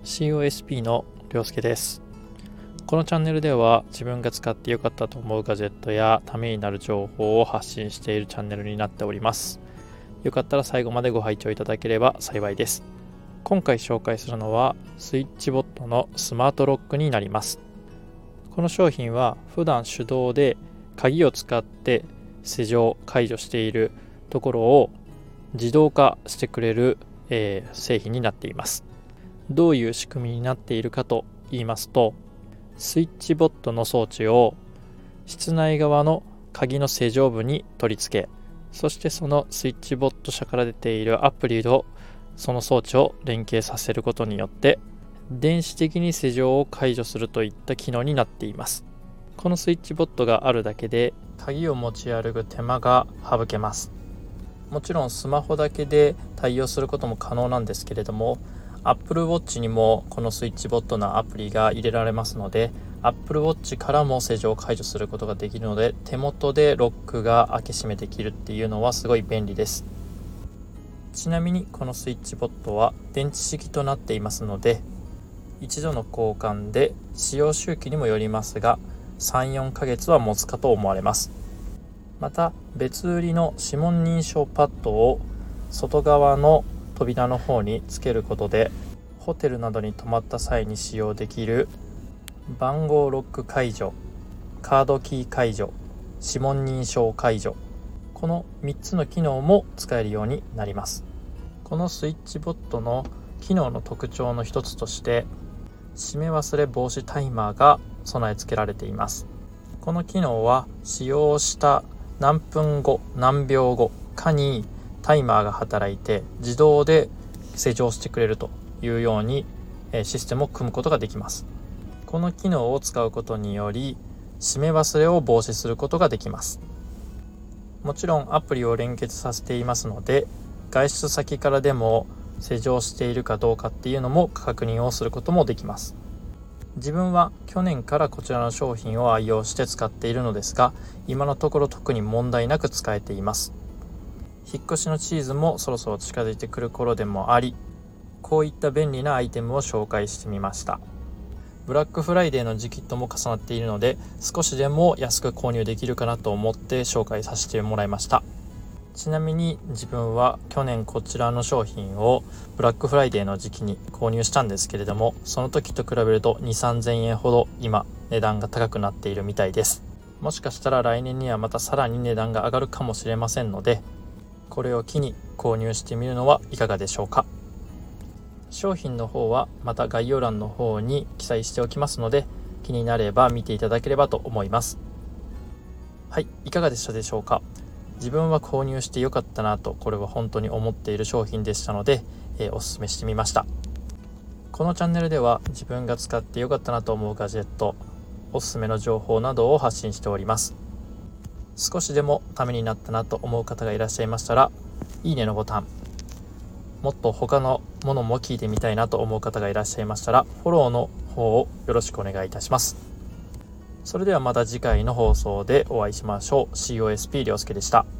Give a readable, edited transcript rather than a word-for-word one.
COSP のりょうすけです。このチャンネルでは自分が使ってよかったと思うガジェットやためになる情報を発信しているチャンネルになっております。よかったら最後までご拝聴いただければ幸いです。今回紹介するのはスイッチボットのスマートロックになります。この商品は普段手動で鍵を使って施錠解除しているところを自動化してくれる、製品になっています。どういう仕組みになっているかと言いますと、スイッチボットの装置を室内側の鍵の施錠部に取り付け、そしてそのスイッチボット社から出ているアプリとその装置を連携させることによって電子的に施錠を解除するといった機能になっています。このスイッチボットがあるだけで鍵を持ち歩く手間が省けます。もちろんスマホだけで対応することも可能なんですけれども、Apple Watch にもこのスイッチボットのアプリが入れられますので、Apple Watch からも施錠を解除することができるので、手元でロックが開け閉めできるっていうのはすごい便利です。ちなみにこのスイッチボットは電池式となっていますので、一度の交換で使用周期にもよりますが 3,4 ヶ月は持つかと思われます。また別売りの指紋認証パッドを外側の扉の方につけることで、ホテルなどに泊まった際に使用できる番号ロック解除、カードキー解除、指紋認証解除、この3つの機能も使えるようになります。このスイッチボットの機能の特徴の一つとして、閉め忘れ防止タイマーが備え付けられています。この機能は使用した何分後何秒後かにタイマーが働いて自動で施錠してくれるというようにシステムを組むことができます。この機能を使うことにより閉め忘れを防止することができます。もちろんアプリを連結させていますので、外出先からでも施錠しているかどうかっていうのも確認をすることもできます。自分は去年からこちらの商品を愛用して使っているのですが、今のところ特に問題なく使えています。引っ越しのシーズンもそろそろ近づいてくる頃でもあり、こういった便利なアイテムを紹介してみました。ブラックフライデーの時期とも重なっているので、少しでも安く購入できるかなと思って紹介させてもらいました。ちなみに自分は去年こちらの商品をブラックフライデーの時期に購入したんですけれども、その時と比べると 2,3,000 円ほど今値段が高くなっているみたいです。もしかしたら来年にはまたさらに値段が上がるかもしれませんので、これを機に購入してみるのはいかがでしょうか。商品の方はまた概要欄の方に記載しておきますので、気になれば見ていただければと思います。はい、いかがでしたでしょうか。自分は購入してよかったなと、これは本当に思っている商品でしたので、おすすめしてみました。このチャンネルでは自分が使ってよかったなと思うガジェット、おすすめの情報などを発信しております。少しでもためになったなと思う方がいらっしゃいましたら、いいねのボタン、もっと他のものも聞いてみたいなと思う方がいらっしゃいましたら、フォローの方をよろしくお願いいたします。それではまた次回の放送でお会いしましょう。COSP りょうすけでした。